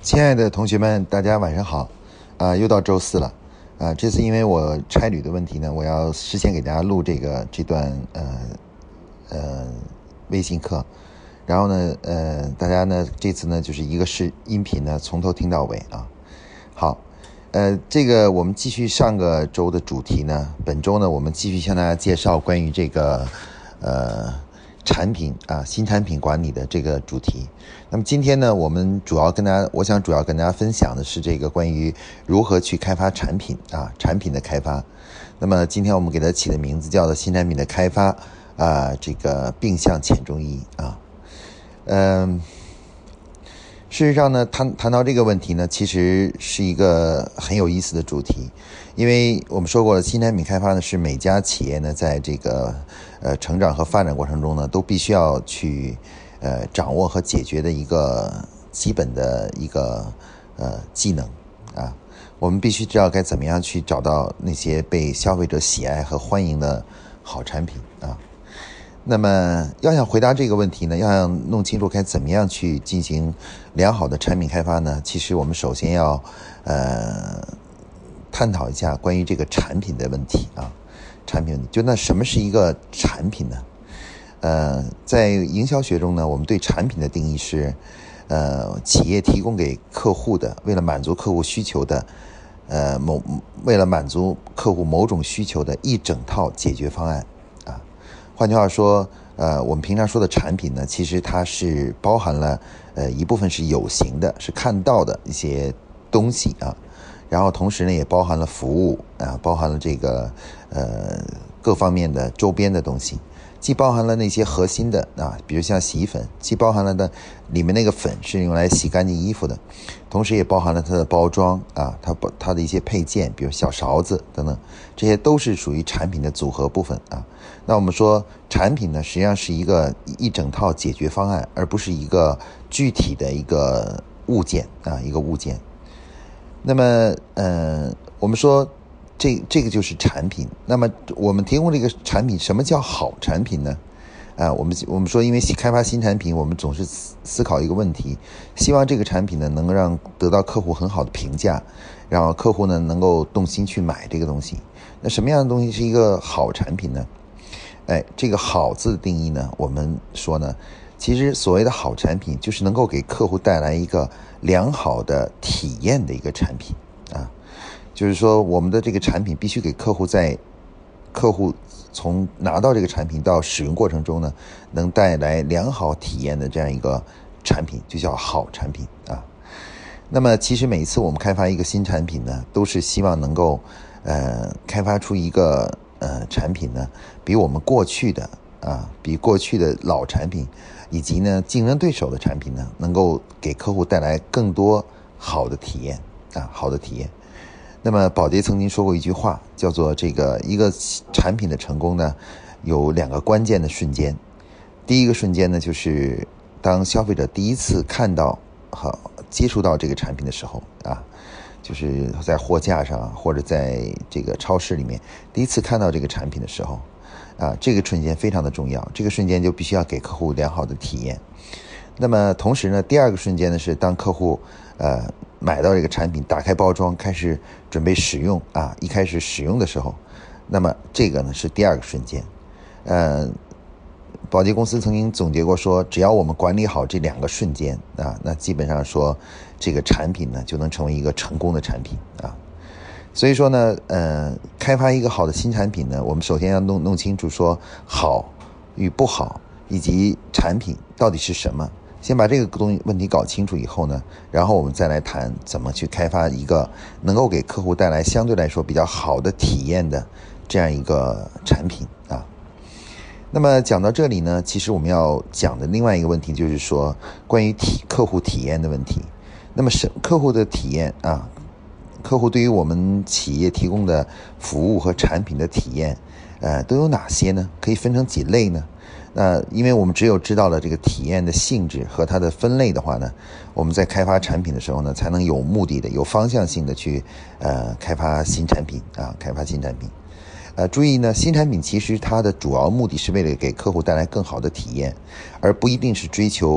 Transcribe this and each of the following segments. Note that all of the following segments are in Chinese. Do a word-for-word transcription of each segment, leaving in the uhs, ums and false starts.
亲爱的同学们，大家晚上好，啊、呃，又到周四了，啊、呃，这次因为我差旅的问题呢，我要事先给大家录这个这段呃呃微信课，然后呢，呃，大家呢这次呢就是一个是音频呢从头听到尾啊。好，呃，这个我们继续上个周的主题呢，本周呢我们继续向大家介绍关于这个呃产品啊新产品管理的这个主题。那么今天呢，我们主要跟大家，我想主要跟大家分享的是这个关于如何去开发产品啊，产品的开发。那么今天我们给它起的名字叫做新产品的开发啊，这个并项浅中医啊，嗯。事实上呢，谈谈到这个问题呢，其实是一个很有意思的主题，因为我们说过了，新产品开发呢是每家企业呢在这个呃成长和发展过程中呢，都必须要去呃掌握和解决的一个基本的一个呃技能啊。我们必须知道该怎么样去找到那些被消费者喜爱和欢迎的好产品啊。那么要想回答这个问题呢，要想弄清楚该怎么样去进行良好的产品开发呢，其实我们首先要呃探讨一下关于这个产品的问题啊，产品问题就那什么是一个产品呢？呃，在营销学中呢，我们对产品的定义是呃企业提供给客户的，为了满足客户需求的呃某为了满足客户某种需求的一整套解决方案。换句话说，呃，我们平常说的产品呢，其实它是包含了呃一部分是有形的，是看到的一些东西啊，然后同时呢也包含了服务啊，包含了这个呃各方面的周边的东西，既包含了那些核心的啊，比如像洗衣粉，既包含了的里面那个粉是用来洗干净衣服的，同时也包含了它的包装啊，它它的一些配件，比如小勺子等等，这些都是属于产品的组合部分啊。那我们说产品呢，实际上是一个一整套解决方案，而不是一个具体的一个物件啊，一个物件。那么，呃，我们说这这个就是产品。那么我们提供这个产品，什么叫好产品呢？啊，我们我们说，因为开发新产品，我们总是思考一个问题，希望这个产品呢能够让得到客户很好的评价，然后客户呢能够动心去买这个东西。那什么样的东西是一个好产品呢？哎，这个好字的定义呢，我们说呢，其实所谓的好产品，就是能够给客户带来一个良好的体验的一个产品啊。就是说，我们的这个产品必须给客户在客户从拿到这个产品到使用过程中呢，能带来良好体验的这样一个产品，就叫好产品啊。那么，其实每一次我们开发一个新产品呢，都是希望能够呃开发出一个呃产品呢，比我们过去的啊，比过去的老产品以及呢竞争对手的产品呢，能够给客户带来更多好的体验啊，好的体验。那么宝洁曾经说过一句话，叫做这个一个产品的成功呢，有两个关键的瞬间。第一个瞬间呢，就是当消费者第一次看到和接触到这个产品的时候啊，就是在货架上或者在这个超市里面第一次看到这个产品的时候啊，这个瞬间非常的重要，这个瞬间就必须要给客户良好的体验。那么同时呢，第二个瞬间呢，是当客户呃买到这个产品，打开包装，开始准备使用啊，一开始使用的时候，那么这个呢是第二个瞬间。呃，宝洁公司曾经总结过说，只要我们管理好这两个瞬间啊，那基本上说这个产品呢就能成为一个成功的产品啊。所以说呢，呃，开发一个好的新产品呢，我们首先要弄弄清楚说好与不好，以及产品到底是什么。先把这个东西问题搞清楚以后呢，然后我们再来谈怎么去开发一个能够给客户带来相对来说比较好的体验的这样一个产品啊。那么讲到这里呢，其实我们要讲的另外一个问题就是说关于体客户体验的问题。那么是客户的体验啊，客户对于我们企业提供的服务和产品的体验呃，都有哪些呢？可以分成几类呢？那因为我们只有知道了这个体验的性质和它的分类的话呢，我们在开发产品的时候呢，才能有目的的、有方向性的去呃开发新产品啊，开发新产品。呃，注意呢，新产品其实它的主要目的是为了给客户带来更好的体验，而不一定是追求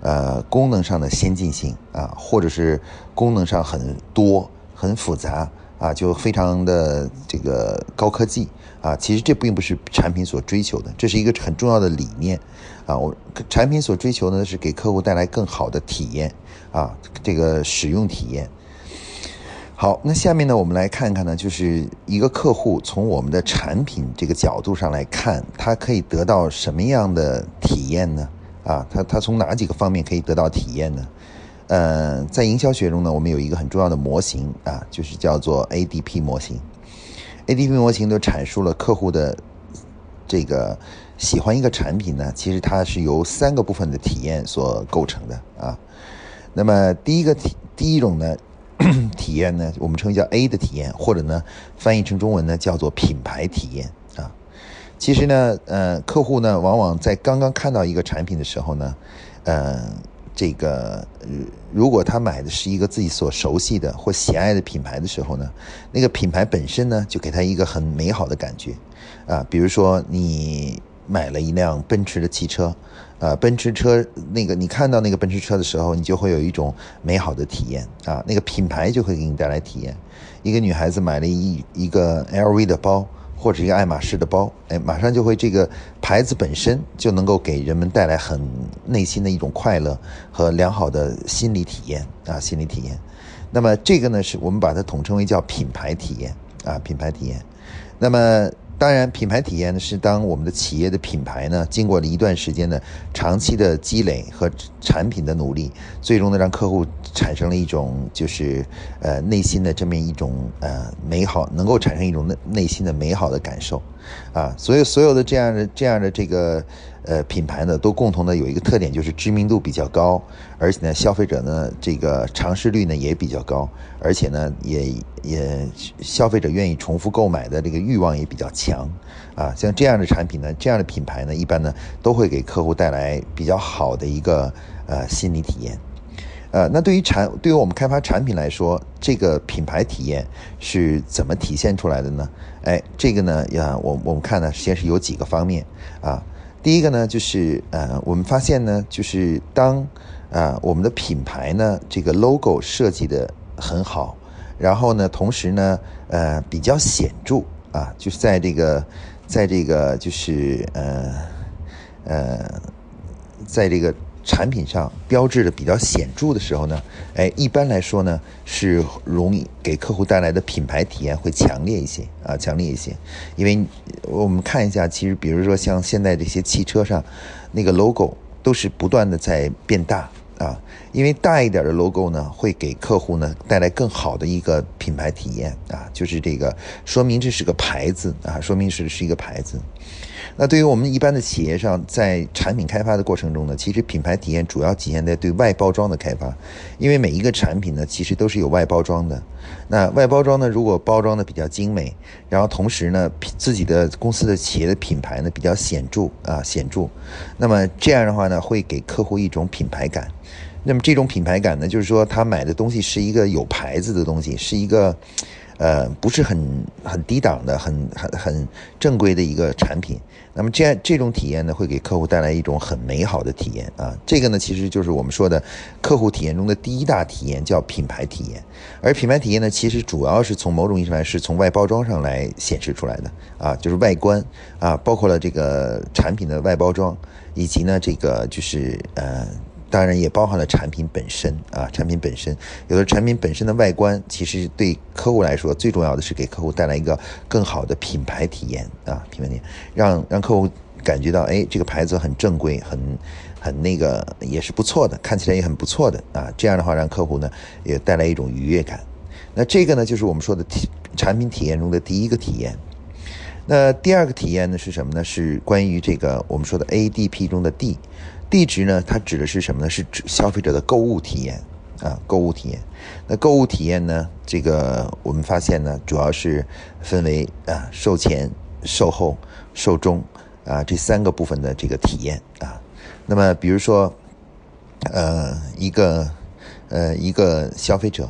呃功能上的先进性啊，或者是功能上很多很复杂啊，就非常的这个高科技啊，其实这并不是产品所追求的，这是一个很重要的理念啊。我产品所追求的是给客户带来更好的体验啊，这个使用体验。好，那下面呢，我们来看看呢，就是一个客户从我们的产品这个角度上来看，他可以得到什么样的体验呢？啊，他他从哪几个方面可以得到体验呢？呃，在营销学中呢，我们有一个很重要的模型啊，就是叫做 A D P 模型。A D P 模型都阐述了客户的这个喜欢一个产品呢，其实它是由三个部分的体验所构成的啊。那么第一个体第一种呢。体验呢，我们称为叫 A 的体验，或者呢翻译成中文呢叫做品牌体验啊。其实呢，呃，客户呢往往在刚刚看到一个产品的时候呢，呃，这个如果他买的是一个自己所熟悉的或喜爱的品牌的时候呢，那个品牌本身呢就给他一个很美好的感觉啊。比如说你买了一辆奔驰的汽车。呃，奔驰车那个，你看到那个奔驰车的时候，你就会有一种美好的体验啊，那个品牌就会给你带来体验。一个女孩子买了一一个 L V 的包，或者一个爱马仕的包，哎，马上就会这个牌子本身就能够给人们带来很内心的一种快乐和良好的心理体验啊，心理体验。那么这个呢，是我们把它统称为叫品牌体验啊，品牌体验。那么当然，品牌体验呢是当我们的企业的品牌呢，经过了一段时间的长期的积累和产品的努力，最终呢让客户产生了一种就是呃内心的这么一种呃美好，能够产生一种内内心的美好的感受啊。所有所有的这样的这样的这个呃品牌呢，都共同的有一个特点，就是知名度比较高，而且呢消费者呢这个尝试率呢也比较高，而且呢也也消费者愿意重复购买的这个欲望也比较强啊。像这样的产品呢，这样的品牌呢，一般呢都会给客户带来比较好的一个呃心理体验。呃，那对于产对于我们开发产品来说，这个品牌体验是怎么体现出来的呢？哎，这个呢，呀，我我们看呢，先是有几个方面啊。第一个呢，就是呃，我们发现呢，就是当啊、呃、我们的品牌呢，这个 logo 设计的很好，然后呢，同时呢，呃，比较显著啊，就是在这个，在这个就是呃呃，在这个产品上标志的比较显著的时候呢，哎，一般来说呢是容易给客户带来的品牌体验会强烈一些啊，强烈一些。因为我们看一下，其实比如说像现在这些汽车上那个 logo 都是不断的在变大啊，因为大一点的 logo 呢会给客户呢带来更好的一个品牌体验啊，就是这个说明这是个牌子啊，说明是是一个牌子。那对于我们一般的企业上，在产品开发的过程中呢，其实品牌体验主要体现在对外包装的开发，因为每一个产品呢，其实都是有外包装的。那外包装呢，如果包装的比较精美，然后同时呢，自己的公司的企业的品牌呢比较显著啊显著，那么这样的话呢，会给客户一种品牌感。那么这种品牌感呢，就是说他买的东西是一个有牌子的东西，是一个。呃，不是很很低档的，很很很正规的一个产品。那么这样这种体验呢，会给客户带来一种很美好的体验啊。这个呢，其实就是我们说的客户体验中的第一大体验，叫品牌体验。而品牌体验呢，其实主要是从某种意义上来是从外包装上来显示出来的啊，就是外观啊，包括了这个产品的外包装，以及呢这个就是呃。当然也包含了产品本身啊，产品本身有的产品本身的外观，其实对客户来说最重要的是给客户带来一个更好的品牌体验啊，品牌体验，让让客户感觉到，哎，这个牌子很正规，很很那个也是不错的，看起来也很不错的啊，这样的话让客户呢也带来一种愉悦感。那这个呢就是我们说的体产品体验中的第一个体验。那第二个体验呢是什么呢？是关于这个我们说的 A D P 中的 D。D 值呢，它指的是什么呢？是指消费者的购物体验啊，购物体验。那购物体验呢，这个我们发现呢，主要是分为啊售前、售后、售中啊这三个部分的这个体验啊。那么比如说，呃，一个呃一个消费者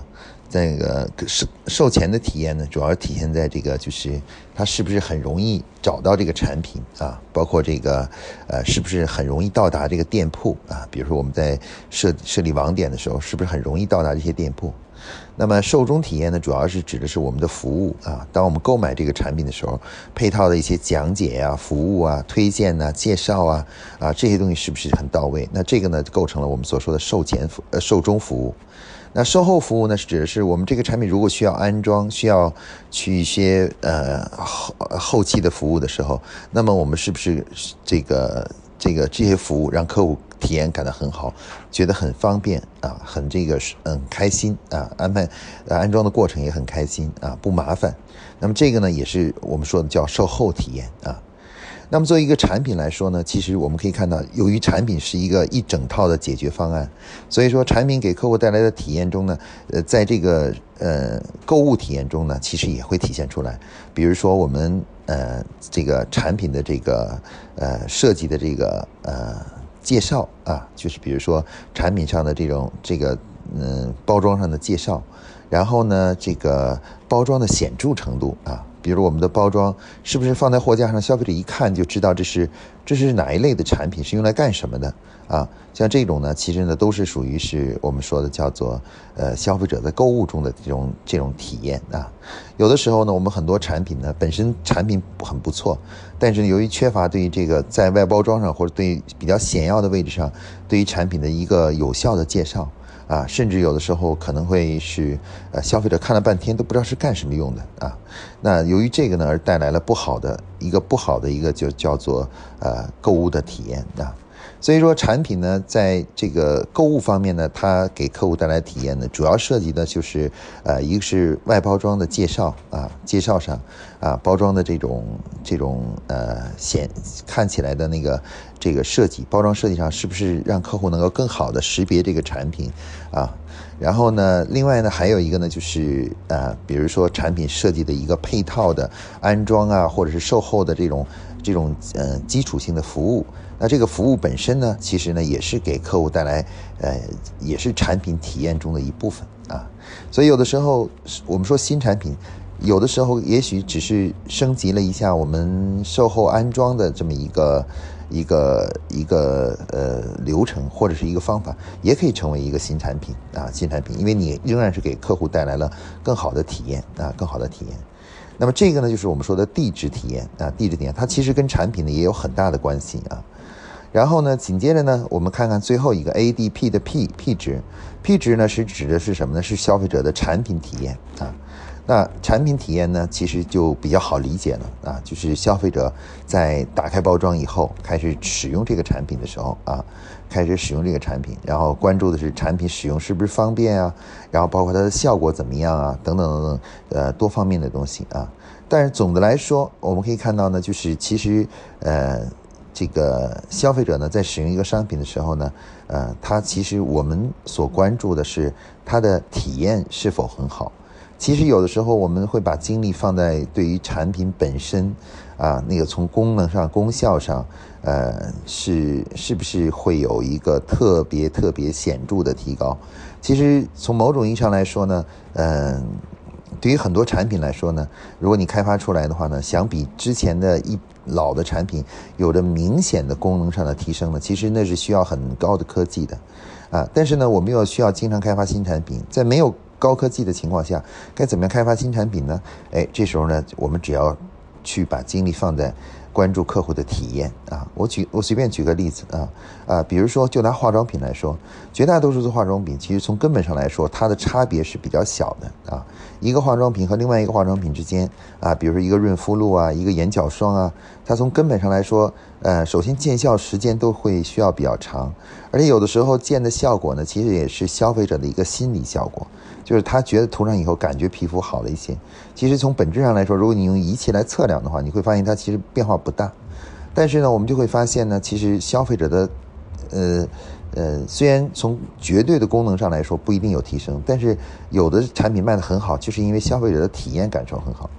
这个售售前的体验呢，主要体现在这个就是它是不是很容易找到这个产品啊，包括这个呃是不是很容易到达这个店铺啊，比如说我们在设设立网点的时候，是不是很容易到达这些店铺。那么售中体验呢，主要是指的是我们的服务啊，当我们购买这个产品的时候，配套的一些讲解啊、服务啊、推荐啊、介绍啊啊这些东西是不是很到位？那这个呢，构成了我们所说的售前服呃售中服务。那售后服务呢，是指的是我们这个产品如果需要安装，需要去一些呃后后期的服务的时候，那么我们是不是这个这个这些服务让客户体验感到很好，觉得很方便啊，很这个嗯开心啊，安排呃安装的过程也很开心啊，不麻烦。那么这个呢，也是我们说的叫售后体验啊。那么作为一个产品来说呢，其实我们可以看到，由于产品是一个一整套的解决方案，所以说产品给客户带来的体验中呢，呃，在这个呃购物体验中呢，其实也会体现出来。比如说我们呃这个产品的这个呃设计的这个呃介绍啊，就是比如说产品上的这种这个嗯、呃、包装上的介绍，然后呢这个包装的显著程度啊。比如我们的包装是不是放在货架上，消费者一看就知道这是这是哪一类的产品，是用来干什么的啊？像这种呢，其实呢都是属于是我们说的叫做呃消费者在购物中的这种这种体验啊。有的时候呢，我们很多产品呢本身产品很不错，但是由于缺乏对于这个在外包装上或者对于比较显要的位置上对于产品的一个有效的介绍。啊，甚至有的时候可能会是呃消费者看了半天都不知道是干什么用的啊。那由于这个呢而带来了不好的一个不好的一个就叫做呃购物的体验啊。所以说产品呢在这个购物方面呢，它给客户带来体验呢，主要涉及的就是呃一个是外包装的介绍啊，介绍上啊包装的这种这种呃显看起来的那个这个设计，包装设计上是不是让客户能够更好的识别这个产品啊？然后呢，另外呢还有一个呢就是呃比如说产品设计的一个配套的安装啊，或者是售后的这种这种呃基础性的服务。那这个服务本身呢，其实呢也是给客户带来呃也是产品体验中的一部分啊。所以有的时候我们说新产品，有的时候也许只是升级了一下我们售后安装的这么一个一个一个呃流程或者是一个方法，也可以成为一个新产品啊新产品，因为你仍然是给客户带来了更好的体验啊更好的体验。那么这个呢就是我们说的地质体验啊地质体验，它其实跟产品呢也有很大的关系啊。然后呢，紧接着呢，我们看看最后一个 A D P 的 P P 值 ，P 值呢是指的是什么呢？是消费者的产品体验啊。那产品体验呢，其实就比较好理解了啊，就是消费者在打开包装以后，开始使用这个产品的时候啊，开始使用这个产品，然后关注的是产品使用是不是方便啊，然后包括它的效果怎么样啊，等等等等，呃，多方面的东西啊。但是总的来说，我们可以看到呢，就是其实呃。这个消费者呢，在使用一个商品的时候呢，呃，他其实我们所关注的是他的体验是否很好。其实有的时候我们会把精力放在对于产品本身啊，那个从功能上、功效上，呃，是是不是会有一个特别特别显著的提高？其实从某种意义上来说呢，嗯、呃。对于很多产品来说呢，如果你开发出来的话呢，想比之前的一老的产品有着明显的功能上的提升呢，其实那是需要很高的科技的啊。但是呢，我们又需要经常开发新产品，在没有高科技的情况下，该怎么样开发新产品呢？哎，这时候呢，我们只要去把精力放在关注客户的体验啊。我举我随便举个例子啊啊，比如说就拿化妆品来说，绝大多数的化妆品其实从根本上来说，它的差别是比较小的啊。一个化妆品和另外一个化妆品之间啊，比如说一个润肤露啊，一个眼角霜啊，它从根本上来说，呃，首先见效时间都会需要比较长，而且有的时候见的效果呢，其实也是消费者的一个心理效果，就是他觉得涂上以后感觉皮肤好了一些。其实从本质上来说，如果你用仪器来测量的话，你会发现它其实变化不大。但是呢，我们就会发现呢，其实消费者的，呃呃，虽然从绝对的功能上来说不一定有提升，但是有的产品卖得很好，就是因为消费者的体验感受很好。比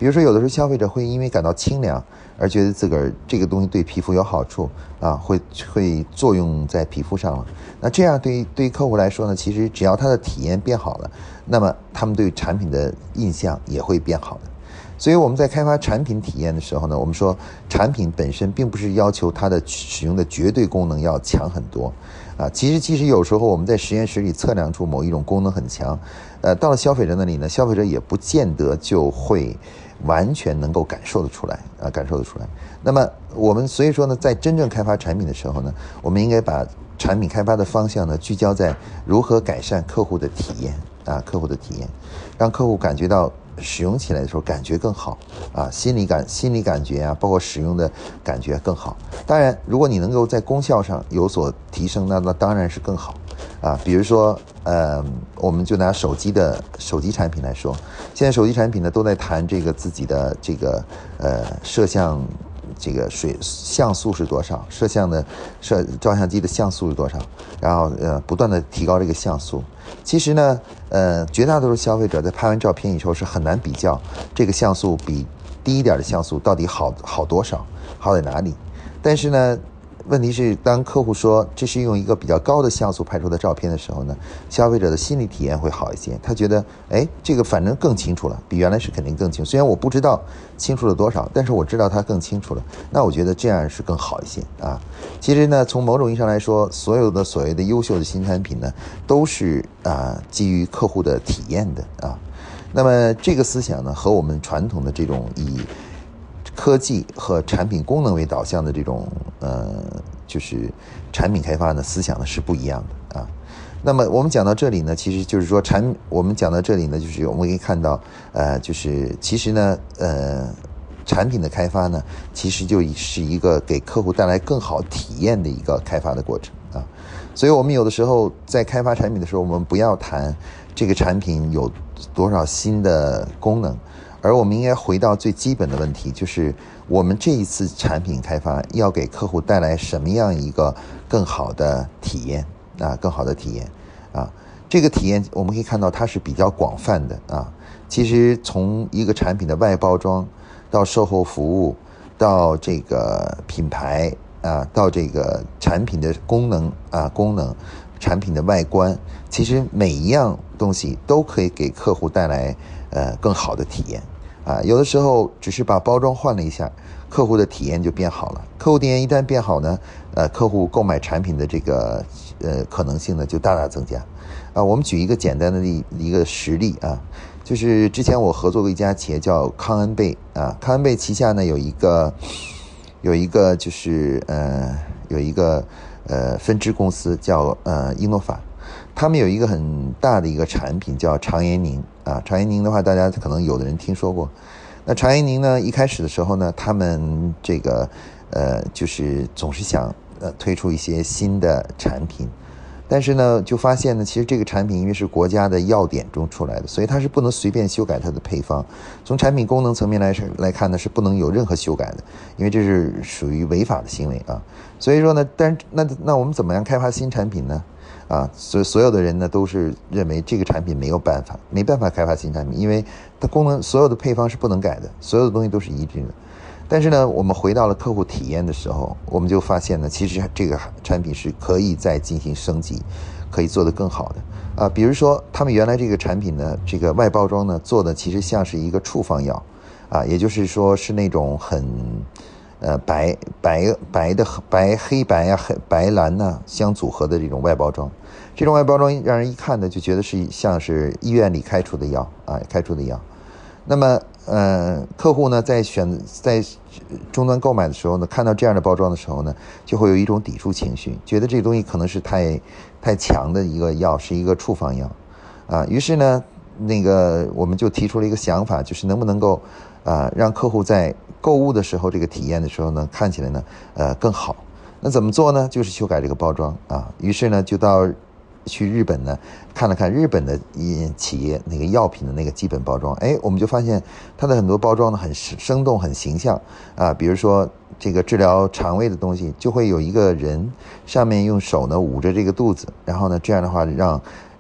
比如说有的时候消费者会因为感到清凉而觉得自个儿这个东西对皮肤有好处啊，会会作用在皮肤上了。那这样对于对于客户来说呢，其实只要他的体验变好了，那么他们对产品的印象也会变好的。所以我们在开发产品体验的时候呢，我们说产品本身并不是要求它的使用的绝对功能要强很多啊。其实其实有时候我们在实验室里测量出某一种功能很强，呃，到了消费者那里呢，消费者也不见得就会完全能够感受得出来啊，感受得出来。那么我们所以说呢，在真正开发产品的时候呢，我们应该把产品开发的方向呢聚焦在如何改善客户的体验啊，客户的体验，让客户感觉到使用起来的时候感觉更好啊，心理感心理感觉啊，包括使用的感觉更好。当然如果你能够在功效上有所提升，那那当然是更好啊。比如说呃我们就拿手机的手机产品来说，现在手机产品呢都在谈这个自己的这个呃摄像这个水像素是多少，摄像的摄照相机的像素是多少，然后呃不断的提高这个像素。其实呢呃绝大多数消费者在拍完照片以后是很难比较这个像素比低一点的像素到底好好多少，好在哪里。但是呢问题是当客户说这是用一个比较高的像素拍出的照片的时候呢，消费者的心理体验会好一些，他觉得哎，这个反正更清楚了，比原来是肯定更清楚，虽然我不知道清楚了多少，但是我知道它更清楚了，那我觉得这样是更好一些啊。其实呢从某种意义上来说，所有的所谓的优秀的新产品呢都是啊基于客户的体验的啊。那么这个思想呢和我们传统的这种以科技和产品功能为导向的这种呃，就是产品开发的思想呢是不一样的啊。那么我们讲到这里呢，其实就是说产我们讲到这里呢，就是我们可以看到，呃，就是其实呢，呃，产品的开发呢，其实就是一个给客户带来更好体验的一个开发的过程啊。所以我们有的时候在开发产品的时候，我们不要谈这个产品有多少新的功能。而我们应该回到最基本的问题，就是我们这一次产品开发要给客户带来什么样一个更好的体验啊，更好的体验啊。这个体验我们可以看到它是比较广泛的啊。其实从一个产品的外包装到售后服务，到这个品牌啊，到这个产品的功能啊功能，产品的外观，其实每一样东西都可以给客户带来呃更好的体验。啊，有的时候只是把包装换了一下，客户的体验就变好了。客户体验一旦变好呢，呃，客户购买产品的这个呃可能性呢就大大增加。啊，我们举一个简单的例一个实例啊，就是之前我合作过一家企业叫康恩贝啊，康恩贝旗下呢有一个有一个就是呃有一个呃分支公司叫呃英诺法。他们有一个很大的一个产品叫肠炎宁啊，肠炎宁的话大家可能有的人听说过。那肠炎宁呢一开始的时候呢，他们这个呃就是总是想呃推出一些新的产品，但是呢就发现呢其实这个产品因为是国家的药典中出来的，所以它是不能随便修改它的配方，从产品功能层面来来看呢是不能有任何修改的，因为这是属于违法的行为啊。所以说呢，但那那我们怎么样开发新产品呢？啊，所以所有的人呢都是认为这个产品没有办法，没办法开发新产品，因为它功能所有的配方是不能改的，所有的东西都是一致的。但是呢，我们回到了客户体验的时候，我们就发现呢，其实这个产品是可以再进行升级，可以做得更好的啊。比如说，他们原来这个产品呢，这个外包装呢做的其实像是一个处方药啊，也就是说是那种很。呃，白白白的白黑白啊，黑白蓝呐、啊、相组合的这种外包装，这种外包装让人一看呢就觉得是像是医院里开出的药啊，开出的药。那么，呃，客户呢在选在终端购买的时候呢，看到这样的包装的时候呢，就会有一种抵触情绪，觉得这个东西可能是太太强的一个药，是一个处方药啊。于是呢，那个我们就提出了一个想法，就是能不能够啊让客户在购物的时候，这个体验的时候呢，看起来呢，呃，更好。那怎么做呢？就是修改这个包装啊。于是呢，就到去日本呢，看了看日本的一企业那个药品的那个基本包装，哎，我们就发现它的很多包装呢很生动、很形象啊。比如说这个治疗肠胃的东西，就会有一个人上面用手呢捂着这个肚子，然后呢，这样的话让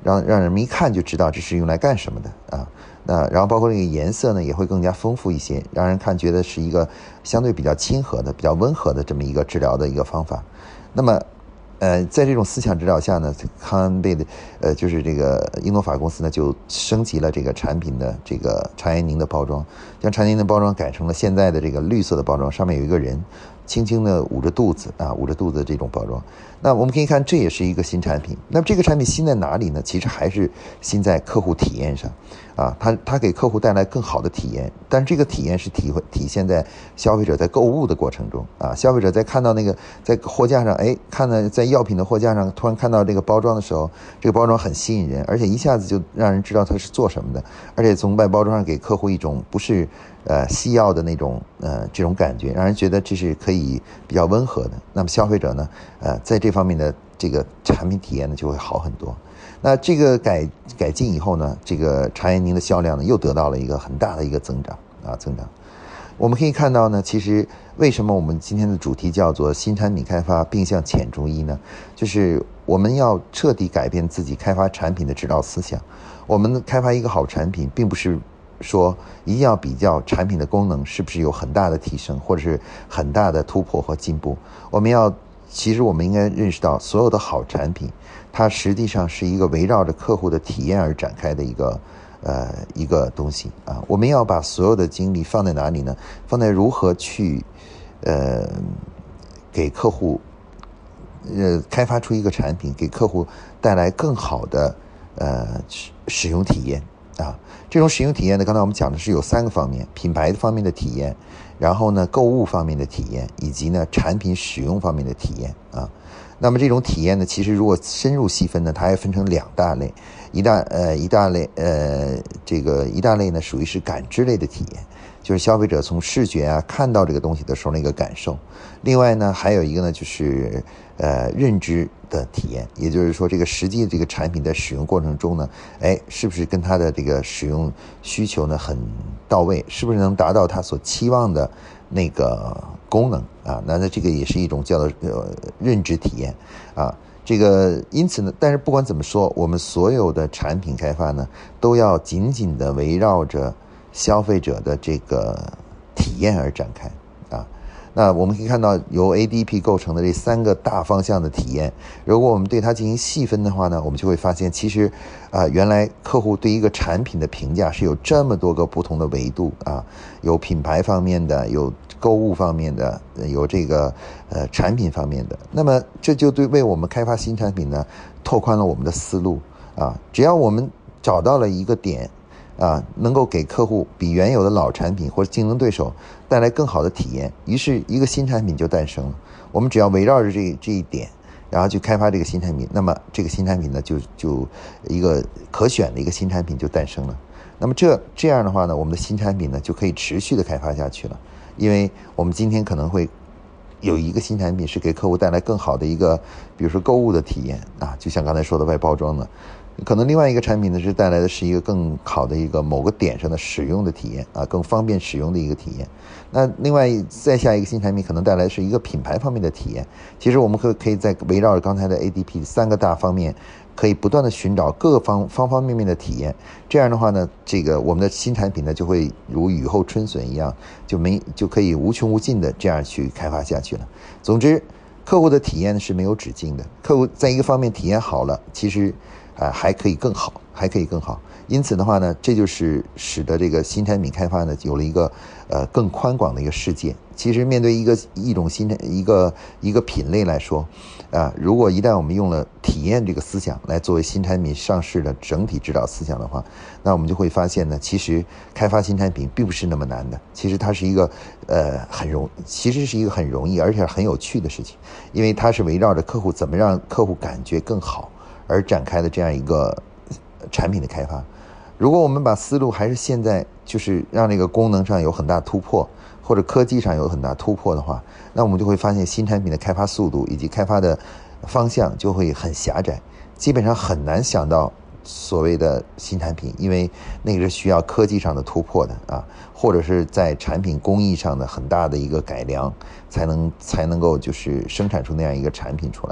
让让人们一看就知道这是用来干什么的啊。那然后包括这个颜色呢也会更加丰富一些，让人看觉得是一个相对比较亲和的、比较温和的这么一个治疗的一个方法。那么呃，在这种思想指导下呢，康恩贝的呃，就是这个英诺法公司呢，就升级了这个产品的这个茶颜宁的包装，将茶颜宁的包装改成了现在的这个绿色的包装，上面有一个人轻轻的捂着肚子啊，捂着肚子的这种包装。那我们可以看，这也是一个新产品。那么这个产品新在哪里呢？其实还是新在客户体验上啊，它它给客户带来更好的体验，但是这个体验是体会体现在消费者在购物的过程中啊，消费者在看到那个在货架上，哎，看到在药品的货架上突然看到这个包装的时候，这个包装很吸引人，而且一下子就让人知道它是做什么的，而且从外包装上给客户一种不是呃西药的那种呃这种感觉，让人觉得这是可以比较温和的。那么消费者呢，呃，在这方面的这个产品体验呢就会好很多。那这个改改进以后呢，这个茶颜宁的销量呢又得到了一个很大的一个增长啊增长。我们可以看到呢，其实为什么我们今天的主题叫做新产品开发并向浅中医呢？就是我们要彻底改变自己开发产品的指导思想。我们开发一个好产品，并不是说一定要比较产品的功能是不是有很大的提升，或者是很大的突破和进步。我们要，其实我们应该认识到，所有的好产品，它实际上是一个围绕着客户的体验而展开的一个。呃，一个东西啊，我们要把所有的精力放在哪里呢？放在如何去，呃，给客户，呃，开发出一个产品，给客户带来更好的呃使用体验啊。这种使用体验呢，刚才我们讲的是有三个方面：品牌方面的体验，然后呢，购物方面的体验，以及呢，产品使用方面的体验啊。那么这种体验呢，其实如果深入细分呢，它还分成两大类，一大呃一大类呃这个一大类呢属于是感知类的体验，就是消费者从视觉啊看到这个东西的时候那个感受。另外呢，还有一个呢就是呃认知的体验，也就是说这个实际这个产品在使用过程中呢，哎，是不是跟它的这个使用需求呢很到位，是不是能达到它所期望的那个功能啊？那那这个也是一种叫做呃认知体验啊。这个因此呢，但是不管怎么说，我们所有的产品开发呢，都要紧紧的围绕着消费者的这个体验而展开啊。那我们可以看到，由 A D P 构成的这三个大方向的体验，如果我们对它进行细分的话呢，我们就会发现，其实啊，原来客户对一个产品的评价是有这么多个不同的维度啊，有品牌方面的，有购物方面的，有这个呃产品方面的。那么这就对为我们开发新产品呢，拓宽了我们的思路啊。只要我们找到了一个点啊，能够给客户比原有的老产品或者竞争对手带来更好的体验，于是一个新产品就诞生了。我们只要围绕着这这一点，然后去开发这个新产品，那么这个新产品呢，就就一个可选的一个新产品就诞生了。那么这这样的话呢，我们的新产品呢就可以持续的开发下去了。因为我们今天可能会有一个新产品是给客户带来更好的一个，比如说购物的体验啊，就像刚才说的外包装的。可能另外一个产品呢是带来的是一个更好的一个某个点上的使用的体验啊，更方便使用的一个体验。那另外再下一个新产品可能带来的是一个品牌方面的体验。其实我们可可以在围绕着刚才的 A D P 三个大方面，可以不断的寻找各方方方面面的体验。这样的话呢，这个我们的新产品呢就会如雨后春笋一样，就没就可以无穷无尽的这样去开发下去了。总之，客户的体验是没有止境的。客户在一个方面体验好了，其实啊、呃、还可以更好，还可以更好。因此的话呢，这就是使得这个新产品开发呢有了一个呃更宽广的一个世界。其实面对一个一种新一个一个品类来说，啊，如果一旦我们用了体验这个思想来作为新产品上市的整体指导思想的话，那我们就会发现呢，其实开发新产品并不是那么难的。其实它是一个呃很容，其实是一个很容易而且很有趣的事情，因为它是围绕着客户怎么让客户感觉更好而展开的这样一个产品的开发。如果我们把思路还是现在就是让这个功能上有很大突破，或者科技上有很大突破的话，那我们就会发现新产品的开发速度以及开发的方向就会很狭窄，基本上很难想到所谓的新产品，因为那个是需要科技上的突破的啊，或者是在产品工艺上的很大的一个改良，才能才能够就是生产出那样一个产品出来。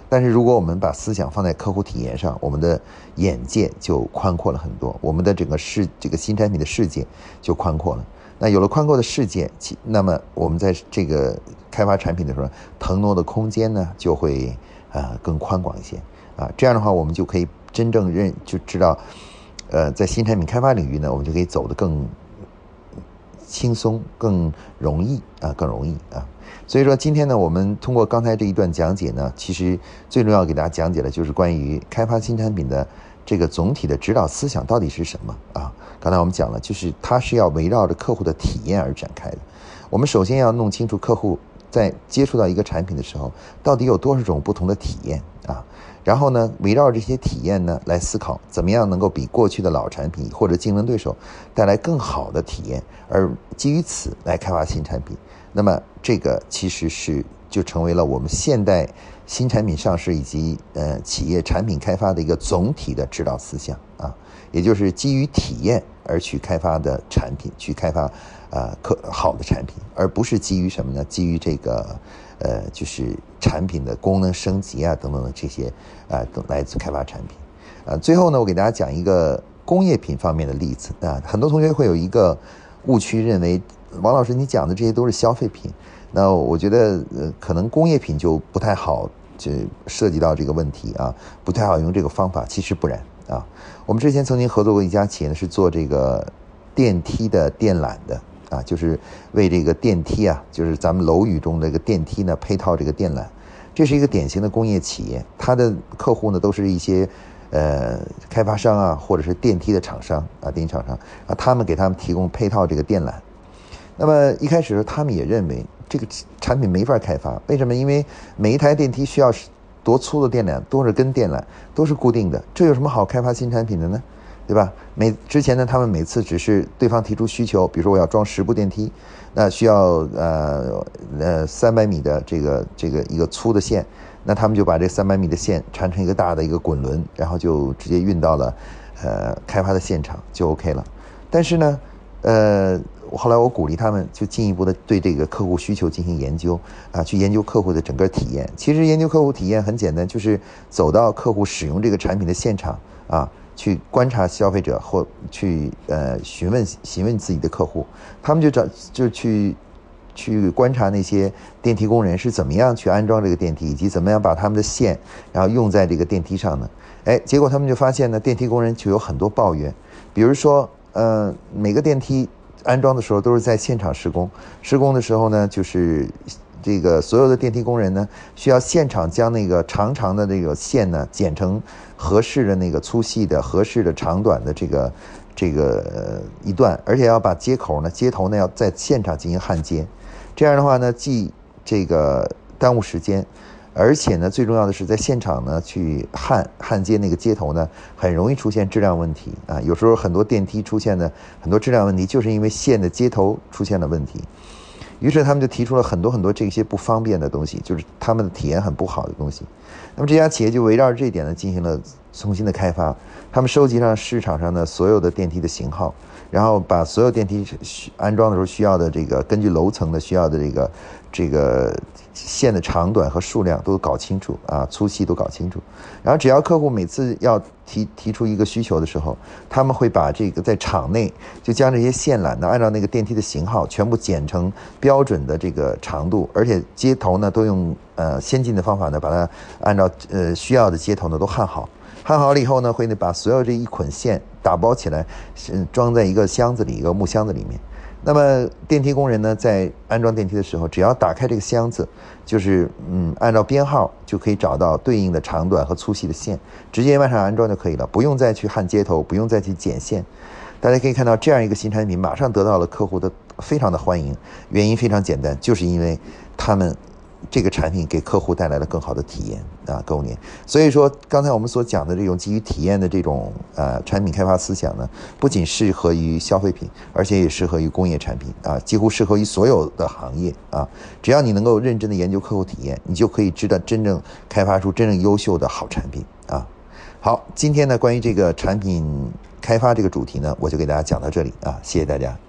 但是如果我们把思想放在客户体验上，我们的眼界就宽阔了很多，我们的整个世这个新产品的世界就宽阔了。那有了宽阔的世界，那么我们在这个开发产品的时候，腾挪的空间呢就会呃更宽广一些啊。这样的话，我们就可以真正认就知道，呃，在新产品开发领域呢，我们就可以走得更轻松、更容易啊，更容易啊。所以说，今天呢，我们通过刚才这一段讲解呢，其实最重要给大家讲解的就是关于开发新产品的这个总体的指导思想到底是什么啊？刚才我们讲了，就是它是要围绕着客户的体验而展开的。我们首先要弄清楚客户在接触到一个产品的时候，到底有多少种不同的体验啊？然后呢，围绕这些体验呢来思考，怎么样能够比过去的老产品或者竞争对手带来更好的体验，而基于此来开发新产品。那么这个其实是就成为了我们现代新产品上市以及呃企业产品开发的一个总体的指导思想啊，也就是基于体验而去开发的产品，去开发呃可好的产品，而不是基于什么呢？基于这个呃就是产品的功能升级啊等等的这些啊、呃、来自开发产品。呃，最后呢，我给大家讲一个工业品方面的例子啊，很多同学会有一个误区，认为王老师你讲的这些都是消费品，那我觉得呃可能工业品就不太好，就涉及到这个问题啊，不太好用这个方法。其实不然啊，我们之前曾经合作过一家企业呢，是做这个电梯的电缆的啊，就是为这个电梯啊，就是咱们楼宇中这个电梯呢配套这个电缆。这是一个典型的工业企业，它的客户呢都是一些呃开发商啊，或者是电梯的厂商啊，电梯厂商啊，他们给他们提供配套这个电缆。那么一开始他们也认为这个产品没法开发，为什么？因为每一台电梯需要多粗的电缆，多少根电缆都是固定的，这有什么好开发新产品的呢？对吧？每之前呢，他们每次只是对方提出需求，比如说我要装十部电梯，那需要呃呃三百米的这个这个一个粗的线，那他们就把这三百米的线缠成一个大的一个滚轮，然后就直接运到了呃开发的现场就 OK 了。但是呢，呃。后来我鼓励他们就进一步的对这个客户需求进行研究啊，去研究客户的整个体验。其实研究客户体验很简单，就是走到客户使用这个产品的现场啊，去观察消费者或去呃询问询问自己的客户，他们就找就去去观察那些电梯工人是怎么样去安装这个电梯，以及怎么样把他们的线然后用在这个电梯上呢？哎，结果他们就发现呢，电梯工人就有很多抱怨，比如说呃每个电梯安装的时候都是在现场施工，施工的时候呢，就是这个所有的电梯工人呢，需要现场将那个长长的那个线呢剪成合适的那个粗细的、合适的长短的这个这个、呃、一段，而且要把接口呢、接头呢要在现场进行焊接，这样的话呢，既这个耽误时间。而且呢，最重要的是在现场呢去焊焊接那个接头呢，很容易出现质量问题啊。有时候很多电梯出现的很多质量问题，就是因为线的接头出现了问题。于是他们就提出了很多很多这些不方便的东西，就是他们的体验很不好的东西。那么这家企业就围绕着这一点呢，进行了重新的开发。他们收集上市场上的所有的电梯的型号，然后把所有电梯安装的时候需要的这个根据楼层的需要的这个这个线的长短和数量都搞清楚啊，粗细都搞清楚。然后只要客户每次要提提出一个需求的时候，他们会把这个在场内就将这些线缆呢按照那个电梯的型号全部剪成标准的这个长度，而且接头呢都用呃先进的方法呢把它按照呃需要的接头呢都焊好。焊好了以后呢，会把所有这一捆线打包起来，装在一个箱子里，一个木箱子里面。那么电梯工人呢，在安装电梯的时候，只要打开这个箱子，就是嗯，按照编号就可以找到对应的长短和粗细的线，直接往上安装就可以了，不用再去焊接头，不用再去剪线。大家可以看到，这样一个新产品马上得到了客户的非常的欢迎，原因非常简单，就是因为他们这个产品给客户带来了更好的体验啊，购年。所以说，刚才我们所讲的这种基于体验的这种呃产品开发思想呢，不仅适合于消费品，而且也适合于工业产品啊，几乎适合于所有的行业啊。只要你能够认真的研究客户体验，你就可以知道真正开发出真正优秀的好产品啊。好，今天呢，关于这个产品开发这个主题呢，我就给大家讲到这里啊，谢谢大家。